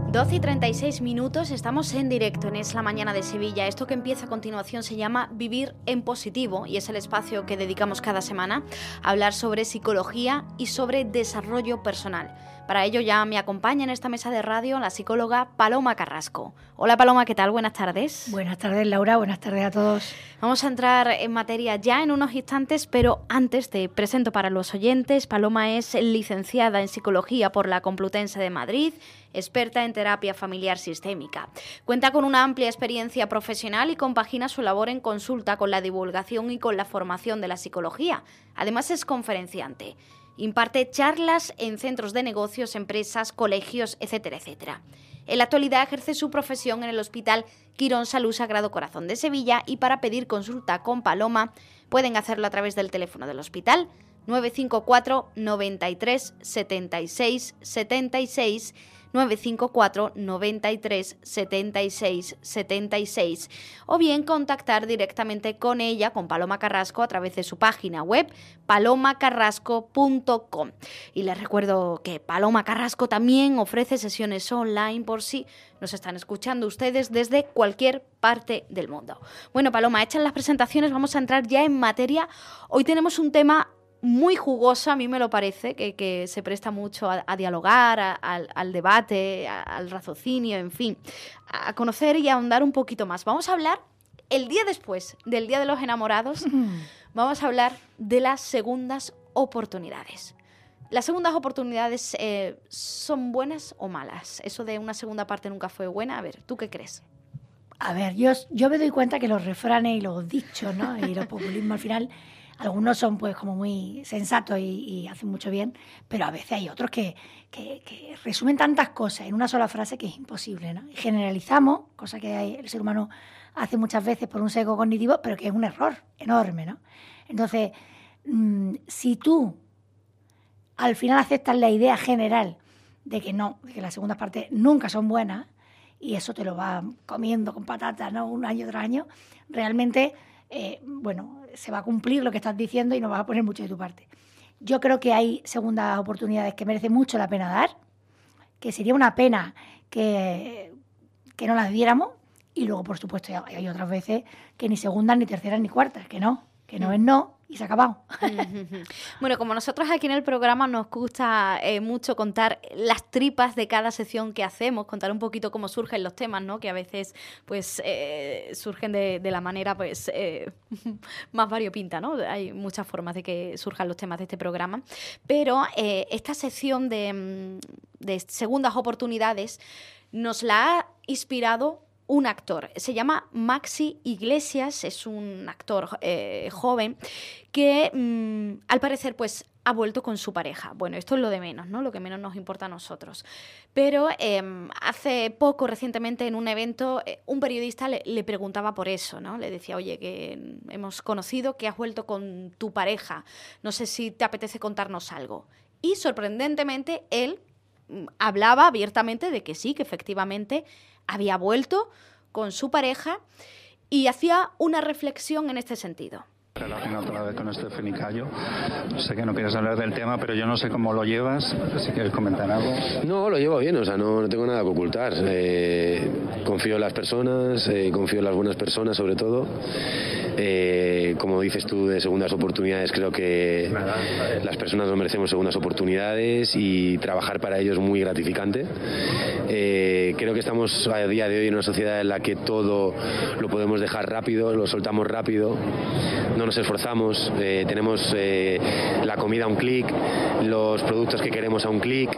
12:36, estamos en directo en Es la Mañana de Sevilla. Esto que empieza a continuación se llama Vivir en Positivo y es el espacio que dedicamos cada semana a hablar sobre psicología y sobre desarrollo personal. Para ello ya me acompaña en esta mesa de radio la psicóloga Paloma Carrasco. Hola Paloma, ¿qué tal? Buenas tardes. Buenas tardes Laura, buenas tardes a todos. Vamos a entrar en materia ya en unos instantes, pero antes te presento para los oyentes. Paloma es licenciada en Psicología por la Complutense de Madrid, experta en terapia familiar sistémica. Cuenta con una amplia experiencia profesional y compagina su labor en consulta con la divulgación y con la formación de la psicología. Además es conferenciante. Imparte charlas en centros de negocios, empresas, colegios, etcétera, etcétera. En la actualidad ejerce su profesión en el Hospital Quirón Salud Sagrado Corazón de Sevilla y para pedir consulta con Paloma pueden hacerlo a través del teléfono del hospital 954 93 76 76 954 93 76 76 o bien contactar directamente con ella, con Paloma Carrasco, a través de su página web palomacarrasco.com. Y les recuerdo que Paloma Carrasco también ofrece sesiones online por si nos están escuchando ustedes desde cualquier parte del mundo. Bueno, Paloma, hechas las presentaciones, vamos a entrar ya en materia. Hoy tenemos un tema muy jugosa, a mí me lo parece, que se presta mucho a dialogar, al debate, al raciocinio, en fin, a conocer y a ahondar un poquito más. Vamos a hablar, el día después del Día de los Enamorados, vamos a hablar de las segundas oportunidades. ¿Las segundas oportunidades son buenas o malas? Eso de una segunda parte nunca fue buena. A ver, ¿tú qué crees? A ver, yo me doy cuenta que los refranes y los dichos, ¿no? Y los populismos al final, algunos son pues como muy sensatos y hacen mucho bien, pero a veces hay otros que resumen tantas cosas en una sola frase que es imposible, ¿no? Y generalizamos, cosa que el ser humano hace muchas veces por un sesgo cognitivo, pero que es un error enorme, ¿no? Entonces, si tú al final aceptas la idea general de que no, de que las segundas partes nunca son buenas, y eso te lo vas comiendo con patatas, ¿no? Un año tras año, realmente, se va a cumplir lo que estás diciendo y no vas a poner mucho de tu parte. Yo creo que hay segundas oportunidades que merece mucho la pena dar, que sería una pena que no las diéramos, y luego, por supuesto, hay otras veces que ni segundas, ni terceras, ni cuartas, que no es no, y se ha acabado. Bueno, como nosotros aquí en el programa nos gusta mucho contar las tripas de cada sección que hacemos, contar un poquito cómo surgen los temas, ¿no? Que a veces pues surgen de la manera pues más variopinta, ¿no? Hay muchas formas de que surjan los temas de este programa, pero esta sección de segundas oportunidades nos la ha inspirado un actor. Se llama Maxi Iglesias, es un actor joven que al parecer pues ha vuelto con su pareja. Bueno, esto es lo de menos, ¿no? Lo que menos nos importa a nosotros. Pero hace poco, recientemente, en un evento, un periodista le preguntaba por eso, ¿no? Le decía, oye, que hemos conocido que has vuelto con tu pareja. No sé si te apetece contarnos algo. Y sorprendentemente, él hablaba abiertamente de que sí, que efectivamente había vuelto con su pareja y hacía una reflexión en este sentido. Relacionado otra vez con esto de Fenicayo. Sé que no quieres hablar del tema, pero yo no sé cómo lo llevas, si quieres comentar algo. No, lo llevo bien, o sea, no tengo nada que ocultar. Confío en las personas, confío en las buenas personas sobre todo. Como dices tú, de segundas oportunidades, creo que las personas nos merecemos segundas oportunidades y trabajar para ello es muy gratificante. Creo que estamos a día de hoy en una sociedad en la que todo lo podemos dejar rápido, lo soltamos rápido, no nos esforzamos, tenemos la comida a un clic, los productos que queremos a un clic,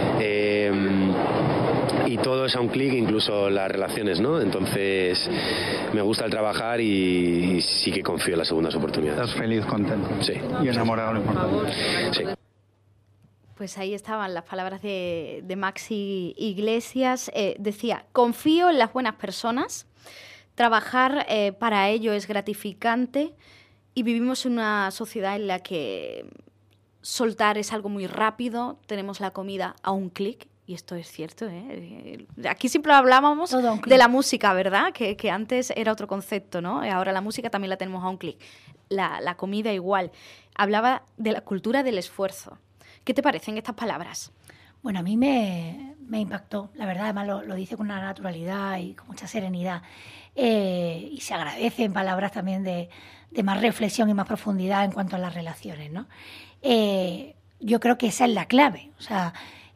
y todo es a un clic, incluso las relaciones, ¿no? Entonces me gusta el trabajar y sí que confío en las segundas oportunidades. ¿Estás feliz, contento? Sí. ¿Y enamorado, lo importante? Sí. Pues ahí estaban las palabras de Maxi Iglesias. Decía, confío en las buenas personas, trabajar para ello es gratificante y vivimos en una sociedad en la que soltar es algo muy rápido, tenemos la comida a un clic. Y esto es cierto, ¿eh? Aquí siempre hablábamos de la música, ¿verdad? Que antes era otro concepto, ¿no? Ahora la música también la tenemos a un clic. La comida igual. Hablaba de la cultura del esfuerzo. ¿Qué te parecen estas palabras? Bueno, a mí me me impactó, la verdad, además lo dice con una naturalidad y con mucha serenidad. Y se agradece en palabras también de más reflexión y más profundidad en cuanto a las relaciones, ¿no? Yo creo que esa es la clave. O sea,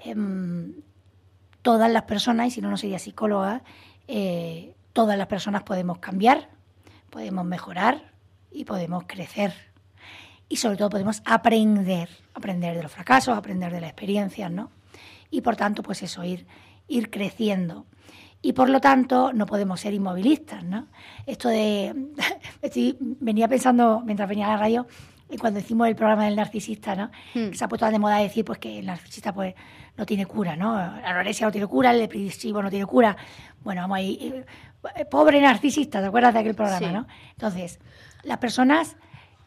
todas las personas, y si no, no sería psicóloga, todas las personas podemos cambiar, podemos mejorar y podemos crecer. Y sobre todo podemos aprender de los fracasos, aprender de las experiencias, ¿no? Y por tanto, pues eso, ir creciendo. Y por lo tanto, no podemos ser inmovilistas, ¿no? Esto de... venía pensando, mientras venía a la radio, cuando hicimos el programa del narcisista, ¿no? Que se ha puesto de moda decir pues, que el narcisista pues, no tiene cura, ¿no? La anorexia no tiene cura, el depresivo no tiene cura. Bueno, vamos ahí... pobre narcisista, ¿te acuerdas de aquel programa, no? Entonces, las personas...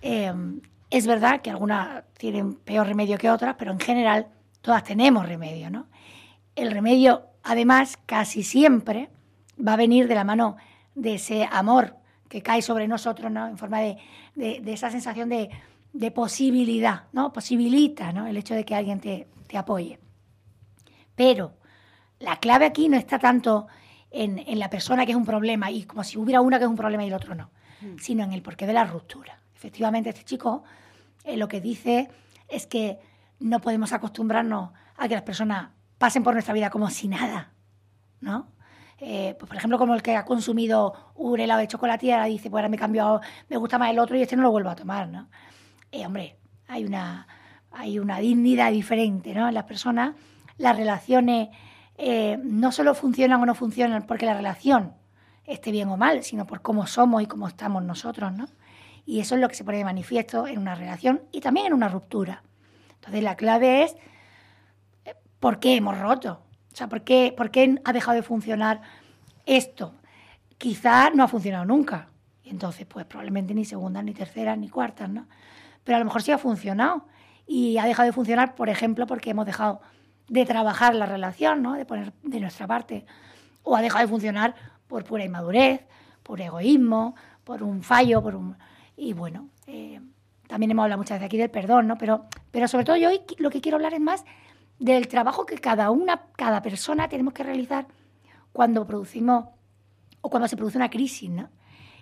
es verdad que algunas tienen peor remedio que otras, pero en general todas tenemos remedio, ¿no? El remedio, además, casi siempre va a venir de la mano de ese amor que cae sobre nosotros, ¿no? En forma de esa sensación de posibilidad, ¿no? Posibilita, ¿no? El hecho de que alguien te apoye. Pero la clave aquí no está tanto en la persona que es un problema, y como si hubiera una que es un problema y el otro no, sino en el porqué de la ruptura. Efectivamente, este chico lo que dice es que no podemos acostumbrarnos a que las personas pasen por nuestra vida como si nada, ¿no? Pues por ejemplo, como el que ha consumido un helado de chocolate y ahora dice, pues ahora me gusta más el otro y este no lo vuelvo a tomar, ¿no? Hombre, hay una dignidad diferente, ¿no? En las personas, las relaciones no solo funcionan o no funcionan porque la relación esté bien o mal, sino por cómo somos y cómo estamos nosotros, ¿no? Y eso es lo que se pone de manifiesto en una relación y también en una ruptura. Entonces, la clave es ¿por qué hemos roto? O sea, ¿por qué ha dejado de funcionar esto? Quizás no ha funcionado nunca. Y entonces, pues probablemente ni segundas, ni terceras, ni cuartas, ¿no? Pero a lo mejor sí ha funcionado. Y ha dejado de funcionar, por ejemplo, porque hemos dejado de trabajar la relación, ¿no? De poner de nuestra parte. O ha dejado de funcionar por pura inmadurez, por egoísmo, por un fallo, Y bueno, también hemos hablado muchas veces aquí del perdón, ¿no? Pero sobre todo yo hoy lo que quiero hablar es más del trabajo que cada persona tenemos que realizar cuando producimos o cuando se produce una crisis, ¿no?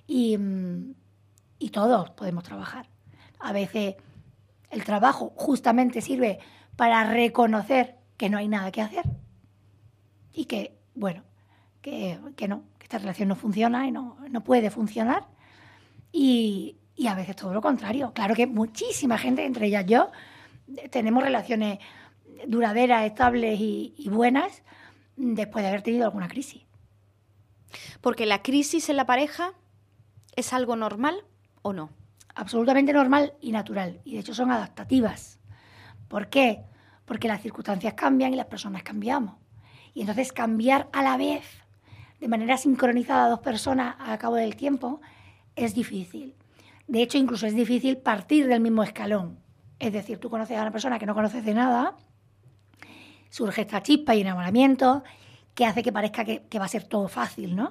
Y todos podemos trabajar. A veces el trabajo justamente sirve para reconocer que no hay nada que hacer y que, bueno, que esta relación no funciona y no puede funcionar. Y a veces todo lo contrario. Claro que muchísima gente, entre ellas yo, tenemos relaciones duraderas, estables y buenas después de haber tenido alguna crisis. Porque la crisis en la pareja es algo normal o no. Absolutamente normal y natural. Y de hecho son adaptativas. ¿Por qué? Porque las circunstancias cambian y las personas cambiamos. Y entonces cambiar a la vez, de manera sincronizada a dos personas a cabo del tiempo, es difícil. De hecho, incluso es difícil partir del mismo escalón. Es decir, tú conoces a una persona que no conoces de nada, surge esta chispa y enamoramiento que hace que parezca que va a ser todo fácil, ¿no?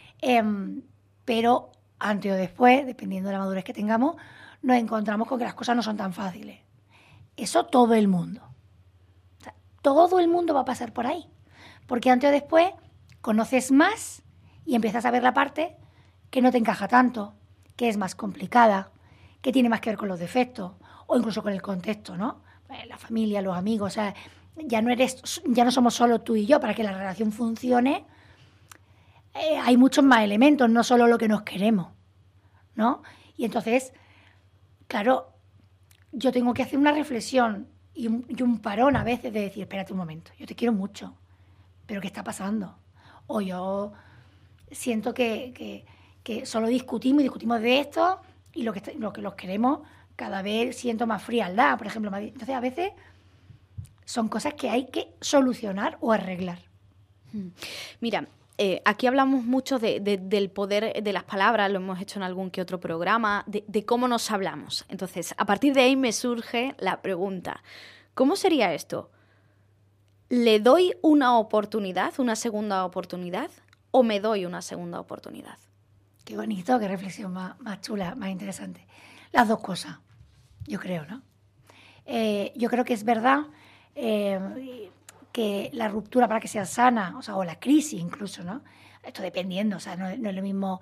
Pero antes o después, dependiendo de la madurez que tengamos, nos encontramos con que las cosas no son tan fáciles. Eso todo el mundo. O sea, todo el mundo va a pasar por ahí. Porque antes o después conoces más y empiezas a ver la parte que no te encaja tanto, que es más complicada, que tiene más que ver con los defectos o incluso con el contexto, ¿no? La familia, los amigos, o sea, ya no somos solo tú y yo. Para que la relación funcione hay muchos más elementos, no solo lo que nos queremos, ¿no? Y entonces, claro, yo tengo que hacer una reflexión y un parón a veces de decir, espérate un momento, yo te quiero mucho, pero ¿qué está pasando? O yo siento que solo discutimos de esto y lo que los queremos cada vez siento más frialdad, por ejemplo. Entonces, a veces son cosas que hay que solucionar o arreglar. Mira, aquí hablamos mucho del poder de las palabras, lo hemos hecho en algún que otro programa, de cómo nos hablamos. Entonces, a partir de ahí me surge la pregunta, ¿cómo sería esto? ¿Le doy una oportunidad, una segunda oportunidad, o me doy una segunda oportunidad? Qué bonito, qué reflexión más chula, más interesante. Las dos cosas, yo creo, ¿no? Yo creo que es verdad que que la ruptura para que sea sana, o sea, o la crisis incluso, ¿no? Esto dependiendo, o sea, no es lo mismo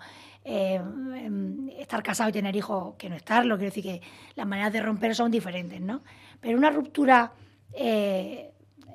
estar casado y tener hijos que no estarlo. Quiero decir que las maneras de romper son diferentes, ¿no? Pero una ruptura que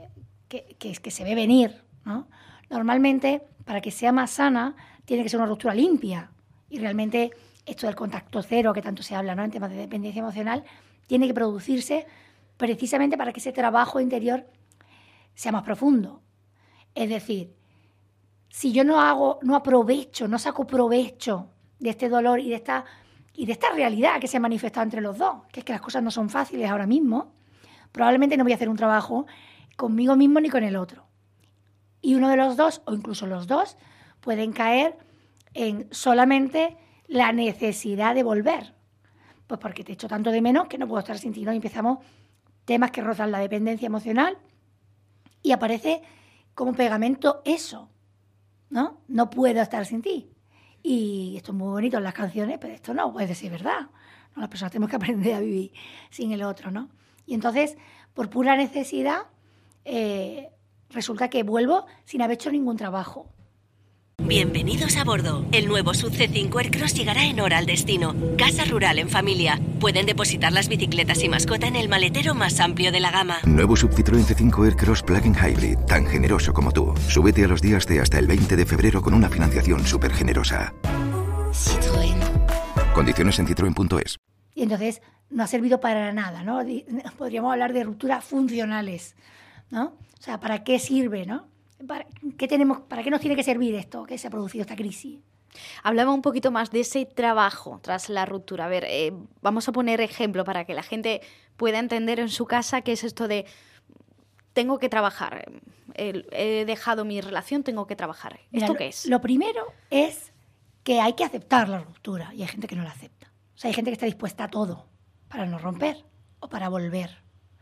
se ve venir, ¿no? Normalmente, para que sea más sana, tiene que ser una ruptura limpia. Y realmente esto del contacto cero, que tanto se habla, ¿no?, en temas de dependencia emocional, tiene que producirse precisamente para que ese trabajo interior sea más profundo. Es decir, si yo no aprovecho, no saco provecho de este dolor y de esta realidad que se ha manifestado entre los dos, que es que las cosas no son fáciles ahora mismo, probablemente no voy a hacer un trabajo conmigo mismo ni con el otro. Y uno de los dos, o incluso los dos, pueden caer en solamente la necesidad de volver. Pues porque te echo tanto de menos que no puedo estar sin ti, ¿no? Y empezamos temas que rozan la dependencia emocional y aparece como pegamento eso, ¿no? No puedo estar sin ti. Y esto es muy bonito en las canciones, pero esto no puede ser verdad, ¿no? Las personas tenemos que aprender a vivir sin el otro, ¿no? Y entonces, por pura necesidad, resulta que vuelvo sin haber hecho ningún trabajo. Bienvenidos a bordo. El nuevo SUV C5 Aircross llegará en hora al destino. Casa rural en familia. Pueden depositar las bicicletas y mascota en el maletero más amplio de la gama. Nuevo Sub Citroën C5 Aircross Plug-in Hybrid, tan generoso como tú. Súbete a los días de hasta el 20 de febrero con una financiación súper generosa. Citroën. Condiciones en citroen.es. Y entonces no ha servido para nada, ¿no? Podríamos hablar de rupturas funcionales, ¿no? O sea, ¿para qué sirve, no? ¿Para qué nos tiene que servir esto que se ha producido esta crisis? Hablaba un poquito más de ese trabajo tras la ruptura. A ver, vamos a poner ejemplo para que la gente pueda entender en su casa qué es esto de tengo que trabajar, he dejado mi relación, tengo que trabajar. ¿Esto qué es? Lo primero es que hay que aceptar la ruptura y hay gente que no la acepta. O sea, hay gente que está dispuesta a todo para no romper o para volver.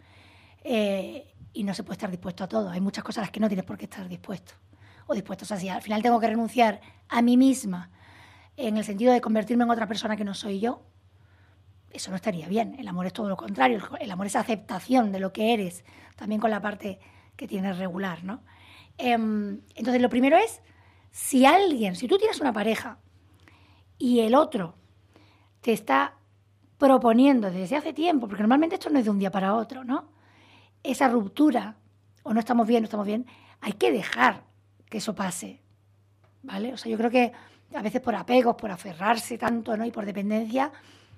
Y no se puede estar dispuesto a todo. Hay muchas cosas a las que no tienes por qué estar dispuesto o dispuestos. O sea, si al final tengo que renunciar a mí misma en el sentido de convertirme en otra persona que no soy yo, eso no estaría bien. El amor es todo lo contrario. El amor es aceptación de lo que eres, también con la parte que tienes regular, ¿no? Entonces, lo primero es, si tú tienes una pareja y el otro te está proponiendo desde hace tiempo, porque normalmente esto no es de un día para otro, ¿no? Esa ruptura, o no estamos bien, hay que dejar que eso pase, ¿vale? O sea, yo creo que a veces por apegos, por aferrarse tanto, ¿no?, y por dependencia,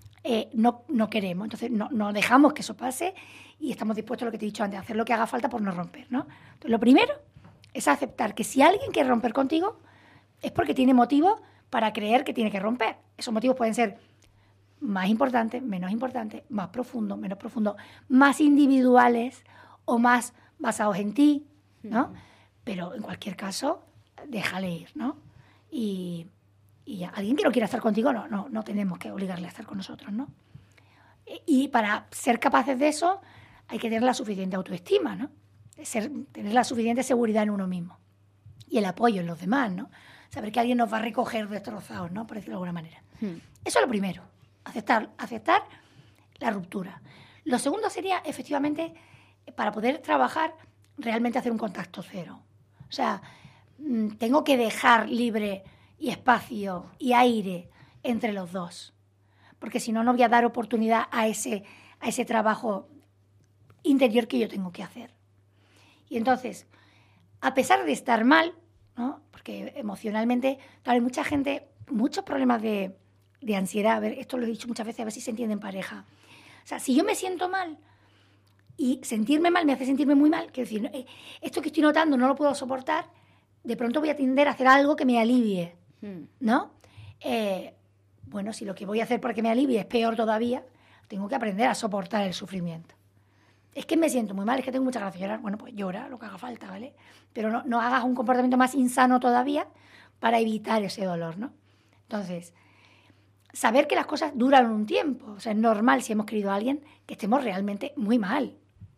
no queremos. Entonces, no dejamos que eso pase y estamos dispuestos, lo que te he dicho antes, a hacer lo que haga falta por no romper, ¿no? Entonces, lo primero es aceptar que si alguien quiere romper contigo es porque tiene motivos para creer que tiene que romper. Esos motivos pueden ser más importantes, menos importantes, más profundos, menos profundos, más individuales o más basados en ti, ¿no? Pero en cualquier caso, déjale ir, ¿no? Y alguien que no quiera estar contigo, no tenemos que obligarle a estar con nosotros, ¿no? Y para ser capaces de eso, hay que tener la suficiente autoestima, ¿no? Tener la suficiente seguridad en uno mismo. Y el apoyo en los demás, ¿no? Saber que alguien nos va a recoger destrozados, ¿no? Por decirlo de alguna manera. Eso es lo primero. Aceptar la ruptura. Lo segundo sería, efectivamente, para poder trabajar, realmente hacer un contacto cero. O sea, tengo que dejar libre y espacio y aire entre los dos. Porque si no, no voy a dar oportunidad a ese trabajo interior que yo tengo que hacer. Y entonces, a pesar de estar mal, ¿no? Porque emocionalmente, claro, hay mucha gente, muchos problemas de ansiedad. A ver, esto lo he dicho muchas veces, a ver si se entiende en pareja. O sea, si yo me siento mal y sentirme mal me hace sentirme muy mal, quiero decir, esto que estoy notando no lo puedo soportar, de pronto voy a tender a hacer algo que me alivie, ¿no? Bueno, si lo que voy a hacer porque me alivie es peor todavía, tengo que aprender a soportar el sufrimiento. Es que me siento muy mal, es que tengo muchas ganas de llorar. Bueno, pues llora lo que haga falta, ¿vale? Pero no hagas un comportamiento más insano todavía para evitar ese dolor, ¿no? Entonces, saber que las cosas duran un tiempo. O sea, es normal, si hemos querido a alguien, que estemos realmente muy mal.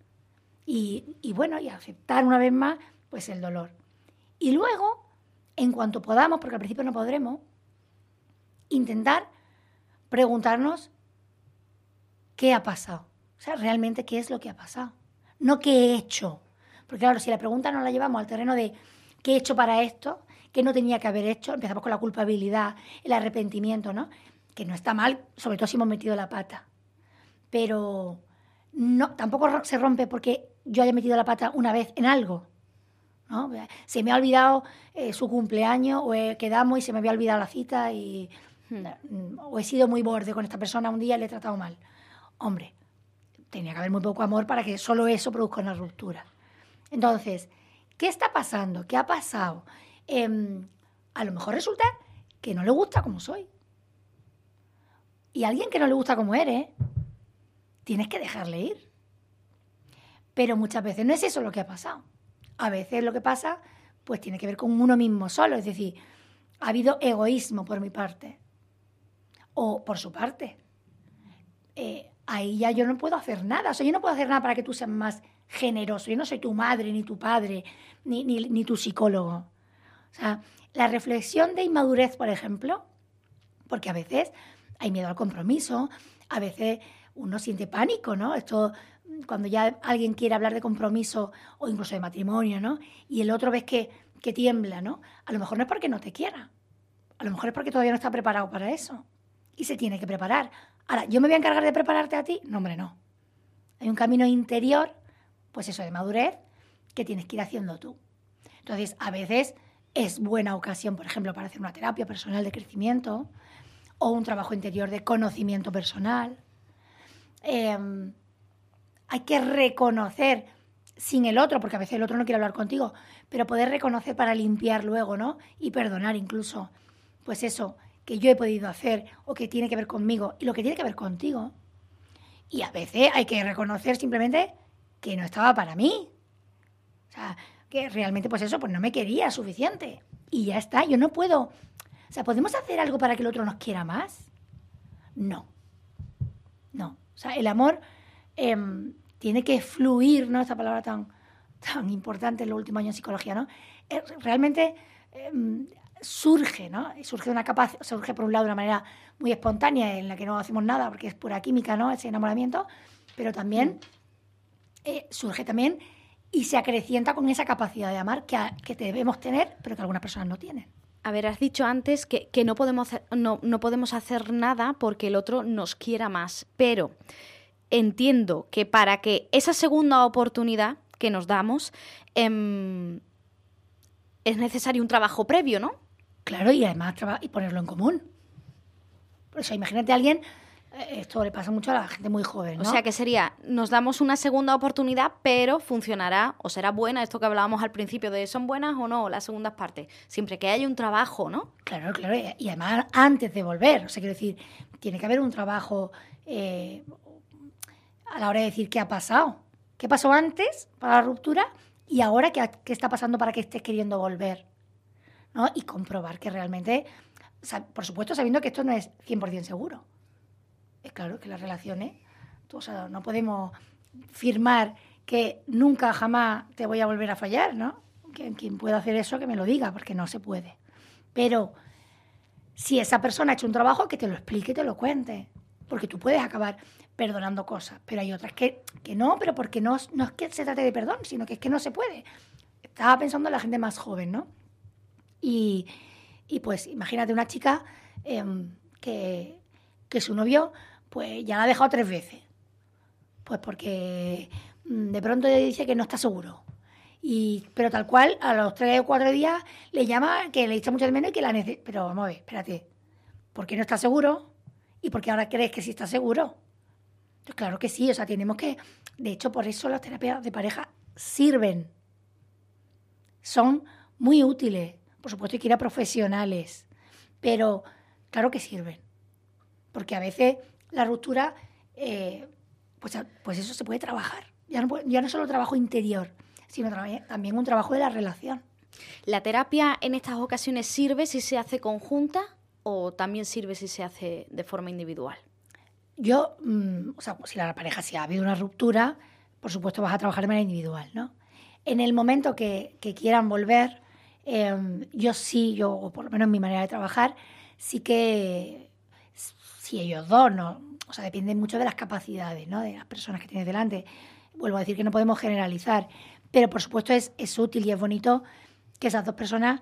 Y bueno, y aceptar una vez más, pues el dolor. Y luego, en cuanto podamos, porque al principio no podremos, intentar preguntarnos qué ha pasado. O sea, realmente qué es lo que ha pasado. No qué he hecho. Porque claro, si la pregunta nos la llevamos al terreno de ¿qué he hecho para esto? ¿Qué no tenía que haber hecho? Empezamos con la culpabilidad, el arrepentimiento, ¿no? Que no está mal, sobre todo si hemos metido la pata. Pero no, tampoco se rompe porque yo haya metido la pata una vez en algo, ¿no? Se me ha olvidado su cumpleaños, o quedamos y se me había olvidado la cita, o he sido muy borde con esta persona un día y le he tratado mal. Hombre, tenía que haber muy poco amor para que solo eso produzca una ruptura. Entonces, ¿qué está pasando? ¿Qué ha pasado? A lo mejor resulta que no le gusta como soy. Y a alguien que no le gusta como eres, tienes que dejarle ir. Pero muchas veces no es eso lo que ha pasado. A veces lo que pasa, pues tiene que ver con uno mismo solo. Es decir, ha habido egoísmo por mi parte. O por su parte. Ahí ya yo no puedo hacer nada. O sea, yo no puedo hacer nada para que tú seas más generoso. Yo no soy tu madre, ni tu padre, ni tu psicólogo. O sea, la reflexión de inmadurez, por ejemplo, porque a veces hay miedo al compromiso, a veces uno siente pánico, ¿no? Esto, cuando ya alguien quiere hablar de compromiso o incluso de matrimonio, ¿no? Y el otro ves que tiembla, ¿no? A lo mejor no es porque no te quiera. A lo mejor es porque todavía no está preparado para eso. Y se tiene que preparar. Ahora, ¿yo me voy a encargar de prepararte a ti? No, hombre, no. Hay un camino interior, pues eso, de madurez, que tienes que ir haciendo tú. Entonces, a veces es buena ocasión, por ejemplo, para hacer una terapia personal de crecimiento o un trabajo interior de conocimiento personal. Hay que reconocer sin el otro, porque a veces el otro no quiere hablar contigo, pero poder reconocer para limpiar luego, ¿no? Y perdonar incluso, pues eso que yo he podido hacer o que tiene que ver conmigo y lo que tiene que ver contigo. Y a veces hay que reconocer simplemente que no estaba para mí. O sea, que realmente pues eso, pues no me quería suficiente. Y ya está, yo no puedo... O sea, ¿podemos hacer algo para que el otro nos quiera más? No. No. O sea, el amor tiene que fluir, ¿no? Esta palabra tan importante en los últimos años en psicología, ¿no? Realmente surge, ¿no? Surge por un lado de una manera muy espontánea en la que no hacemos nada porque es pura química, ¿no? Ese enamoramiento, pero también surge también y se acrecienta con esa capacidad de amar que debemos tener, pero que algunas personas no tienen. A ver, has dicho antes que no podemos hacer nada porque el otro nos quiera más, pero entiendo que para que esa segunda oportunidad que nos damos es necesario un trabajo previo, ¿no? Claro, y además y ponerlo en común. Por eso, imagínate a alguien, esto le pasa mucho a la gente muy joven, ¿no? O sea, que sería, nos damos una segunda oportunidad, pero funcionará o será buena, esto que hablábamos al principio de ¿son buenas o no las segundas partes? Siempre que haya un trabajo, ¿no? Claro, y además antes de volver. O sea, quiero decir, tiene que haber un trabajo a la hora de decir qué ha pasado. ¿Qué pasó antes para la ruptura y ahora qué está pasando para que estés queriendo volver? ¿No? Y comprobar que realmente, o sea, por supuesto, sabiendo que esto no es 100% seguro. Es claro que las relaciones, o sea, no podemos firmar que nunca jamás te voy a volver a fallar, ¿no? Quien pueda hacer eso, que me lo diga, porque no se puede. Pero si esa persona ha hecho un trabajo, que te lo explique y te lo cuente. Porque tú puedes acabar perdonando cosas, pero hay otras que no, pero porque no es que se trate de perdón, sino que es que no se puede. Estaba pensando en la gente más joven, ¿no? Y pues imagínate una chica que su novio pues ya la ha dejado 3 veces. Pues porque de pronto ella dice que no está seguro. Pero tal cual, a los 3 o 4 días le llama que le echa mucho de menos y que la necesita. Pero vamos a ver, espérate. ¿Por qué no está seguro? ¿Y por qué ahora crees que sí está seguro? Pues claro que sí, o sea, tenemos que... De hecho, por eso las terapias de pareja sirven. Son muy útiles. Por supuesto, hay que ir a profesionales. Pero claro que sirven. Porque a veces la ruptura, pues eso se puede trabajar. Ya no solo trabajo interior, sino también un trabajo de la relación. ¿La terapia en estas ocasiones sirve si se hace conjunta o también sirve si se hace de forma individual? Yo, o sea, si la pareja, si ha habido una ruptura, por supuesto vas a trabajar de manera individual, ¿no? En el momento que quieran volver, yo, o por lo menos en mi manera de trabajar, sí que si ellos dos no, o sea, depende mucho de las capacidades, ¿no? De las personas que tienes delante. Vuelvo a decir que no podemos generalizar, Pero, por supuesto, es útil y es bonito que esas dos personas,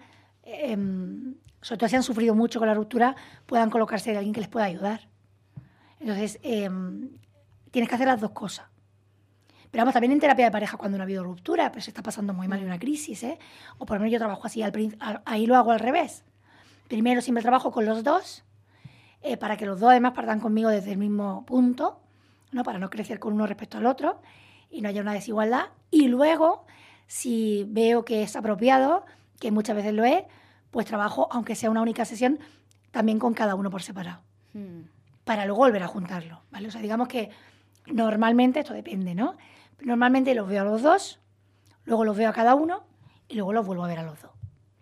sobre todo si han sufrido mucho con la ruptura, puedan colocarse de alguien que les pueda ayudar. Entonces, tienes que hacer las dos cosas. Pero vamos, también en terapia de pareja, cuando no ha habido ruptura, pero se está pasando muy mal en una crisis, o por lo menos yo trabajo así, ahí lo hago al revés. Primero siempre trabajo con los dos, para que los dos además partan conmigo desde el mismo punto, ¿no? Para no crecer con uno respecto al otro y no haya una desigualdad. Y luego, si veo que es apropiado, que muchas veces lo es, pues trabajo, aunque sea una única sesión, también con cada uno por separado, para luego volver a juntarlo, ¿vale? O sea, digamos que normalmente, esto depende, ¿no? Normalmente los veo a los dos, luego los veo a cada uno y luego los vuelvo a ver a los dos.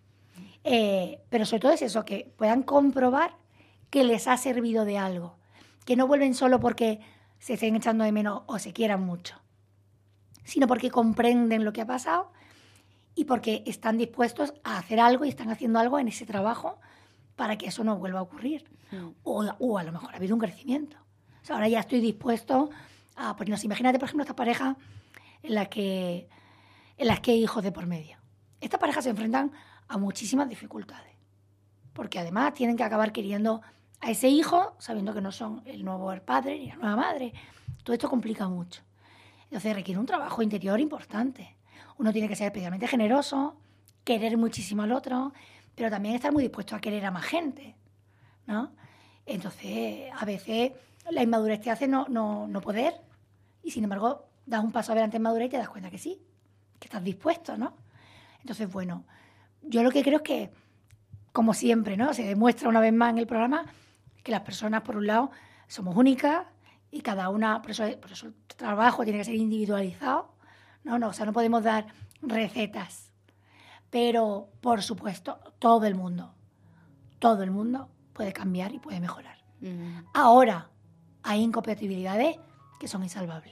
Pero sobre todo es eso, que puedan comprobar que les ha servido de algo, que no vuelven solo porque se estén echando de menos o se quieran mucho, sino porque comprenden lo que ha pasado y porque están dispuestos a hacer algo y están haciendo algo en ese trabajo para que eso no vuelva a ocurrir. O a lo mejor ha habido un crecimiento. O sea, ahora ya estoy dispuesto a ponernos. Imagínate, por ejemplo, esta pareja en las que hay hijos de por medio. Estas parejas se enfrentan a muchísimas dificultades, porque además tienen que acabar queriendo a ese hijo sabiendo que no son el nuevo padre ni la nueva madre. Todo esto complica mucho. Entonces requiere un trabajo interior importante. Uno tiene que ser especialmente generoso, querer muchísimo al otro, pero también estar muy dispuesto a querer a más gente, ¿no? Entonces, a veces la inmadurez te hace no poder, y sin embargo das un paso adelante en madurez y te das cuenta que sí, que estás dispuesto, ¿no? Entonces, bueno, yo lo que creo es que, como siempre, ¿no? Se demuestra una vez más en el programa que las personas, por un lado, somos únicas y cada una, por eso el trabajo tiene que ser individualizado, ¿no? O sea, no podemos dar recetas. Pero, por supuesto, todo el mundo puede cambiar y puede mejorar. Ahora, hay incompatibilidades que son insalvables.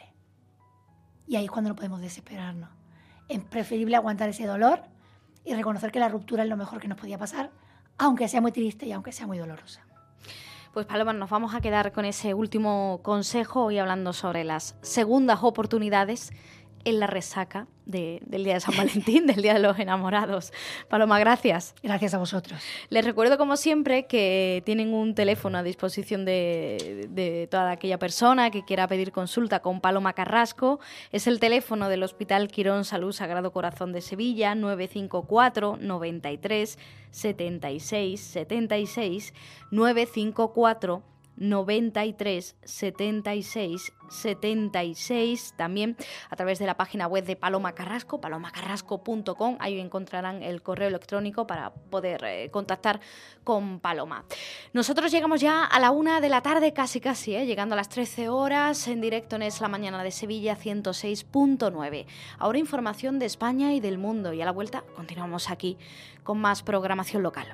Y ahí es cuando no podemos desesperarnos. Es preferible aguantar ese dolor y reconocer que la ruptura es lo mejor que nos podía pasar, aunque sea muy triste y aunque sea muy dolorosa. Pues Paloma, nos vamos a quedar con ese último consejo, hoy hablando sobre las segundas oportunidades en la resaca del Día de San Valentín, del Día de los Enamorados. Paloma, gracias. Gracias a vosotros. Les recuerdo, como siempre, que tienen un teléfono a disposición de toda aquella persona que quiera pedir consulta con Paloma Carrasco. Es el teléfono del Hospital Quirón Salud Sagrado Corazón de Sevilla, 954 93 76 76, 954 93 76 76, también a través de la página web de Paloma Carrasco, palomacarrasco.com. Ahí encontrarán el correo electrónico para poder contactar con Paloma. Nosotros llegamos ya a la 1 de la tarde, casi, llegando a las 13 horas, en directo en Es la Mañana de Sevilla 106.9. Ahora información de España y del mundo, y a la vuelta continuamos aquí con más programación local.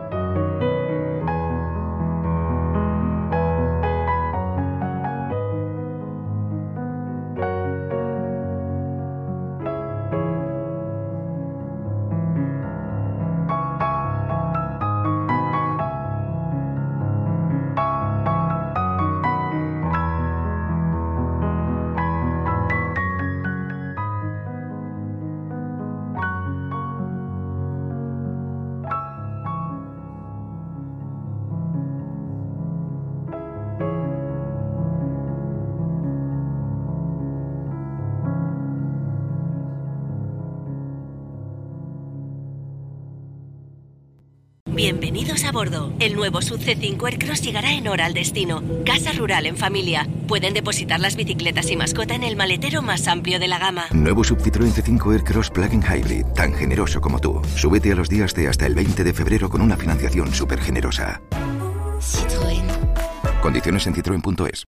Bienvenidos a bordo. El nuevo SUV C5 Aircross llegará en hora al destino. Casa rural en familia. Pueden depositar las bicicletas y mascota en el maletero más amplio de la gama. Nuevo Sub Citroën C5 Aircross Plug-in Hybrid, tan generoso como tú. Súbete a los días de hasta el 20 de febrero con una financiación súper generosa. Citroën. Condiciones en citroen.es.